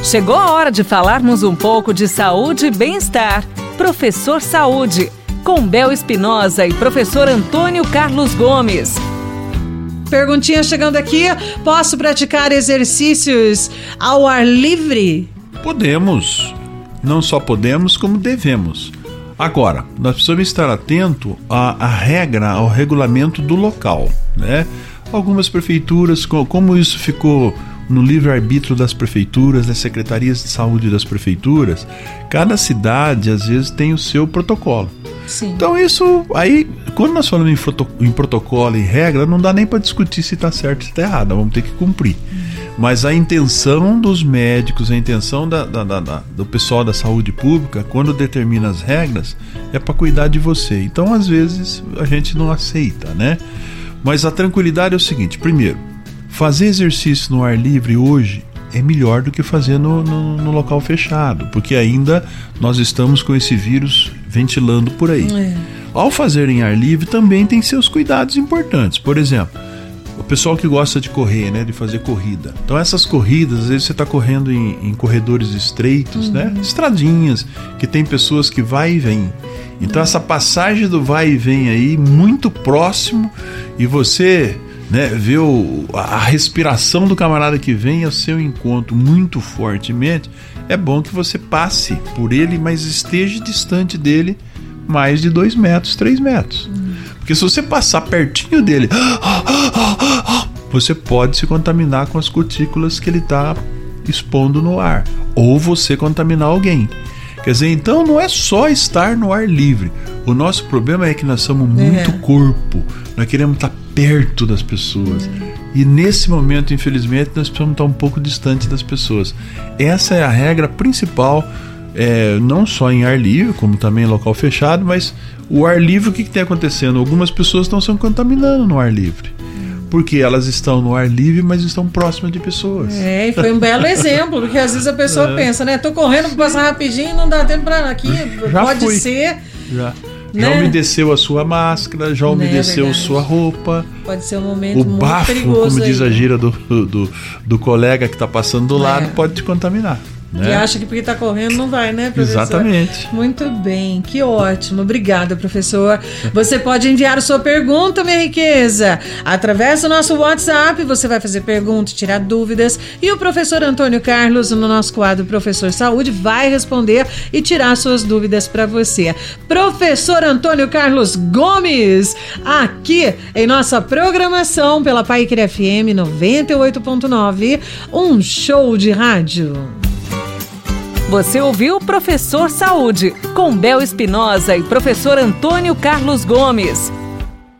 Chegou a hora de falarmos um pouco de saúde e bem-estar. Professor Saúde, com Bel Espinosa e professor Antônio Carlos Gomes. Perguntinha chegando aqui, posso praticar exercícios ao ar livre? Podemos, não só podemos, como devemos. Agora, nós precisamos estar atentos à regra, ao regulamento do local, né? Algumas prefeituras, como isso ficou no livre-arbítrio das prefeituras, das secretarias de saúde das prefeituras, cada cidade às vezes tem o seu protocolo. Sim. Então isso, aí, quando nós falamos em protocolo e regra, não dá nem para discutir se está certo ou se está errado, vamos ter que cumprir. Mas a intenção dos médicos, a intenção do pessoal da saúde pública, quando determina as regras, é para cuidar de você. Então, às vezes, a gente não aceita, né? Mas a tranquilidade é o seguinte: primeiro, fazer exercício no ar livre hoje é melhor do que fazer no local fechado, porque ainda nós estamos com esse vírus ventilando por aí. Ao fazer em ar livre também tem seus cuidados importantes. Por exemplo, o pessoal que gosta de correr, né, de fazer corrida. Então essas corridas, às vezes você está correndo em corredores estreitos, né, estradinhas, que tem pessoas que vai e vem. Então essa passagem do vai e vem aí, muito próximo, e você, né, vê a respiração do camarada que vem ao seu encontro muito fortemente, é bom que você passe por ele, mas esteja distante dele mais de 2 metros, 3 metros. Porque se você passar pertinho dele, você pode se contaminar com as cutículas que ele está expondo no ar, ou você contaminar alguém. Quer dizer, então não é só estar no ar livre. O nosso problema é que nós somos muito corpo, nós queremos estar perto das pessoas. E nesse momento, infelizmente, nós precisamos estar um pouco distante das pessoas. Essa é a regra principal, não só em ar livre, como também em local fechado, mas o ar livre, o que está acontecendo? Algumas pessoas estão se contaminando no ar livre. Porque elas estão no ar livre, mas estão próximas de pessoas. E foi um belo exemplo, porque às vezes a pessoa pensa, né? Tô correndo para passar rapidinho, não dá tempo para aqui. Já pode fui. ser. Já umedeceu a sua máscara, já umedeceu a sua roupa. Pode ser um momento o muito bafo, perigoso. como diz a gíria do colega que está passando do lado, pode te contaminar. Né? Que acha que porque está correndo não vai, né, professor? Exatamente. Muito bem, que ótimo. Obrigada, professor. Você pode enviar a sua pergunta, minha riqueza, através do nosso WhatsApp. Você vai fazer perguntas, tirar dúvidas, e o professor Antônio Carlos, no nosso quadro Professor Saúde, vai responder e tirar suas dúvidas para você. Professor Antônio Carlos Gomes, aqui em nossa programação pela Paiquerê FM 98.9, um show de rádio. Você ouviu Professor Saúde, com Bel Espinosa e professor Antônio Carlos Gomes.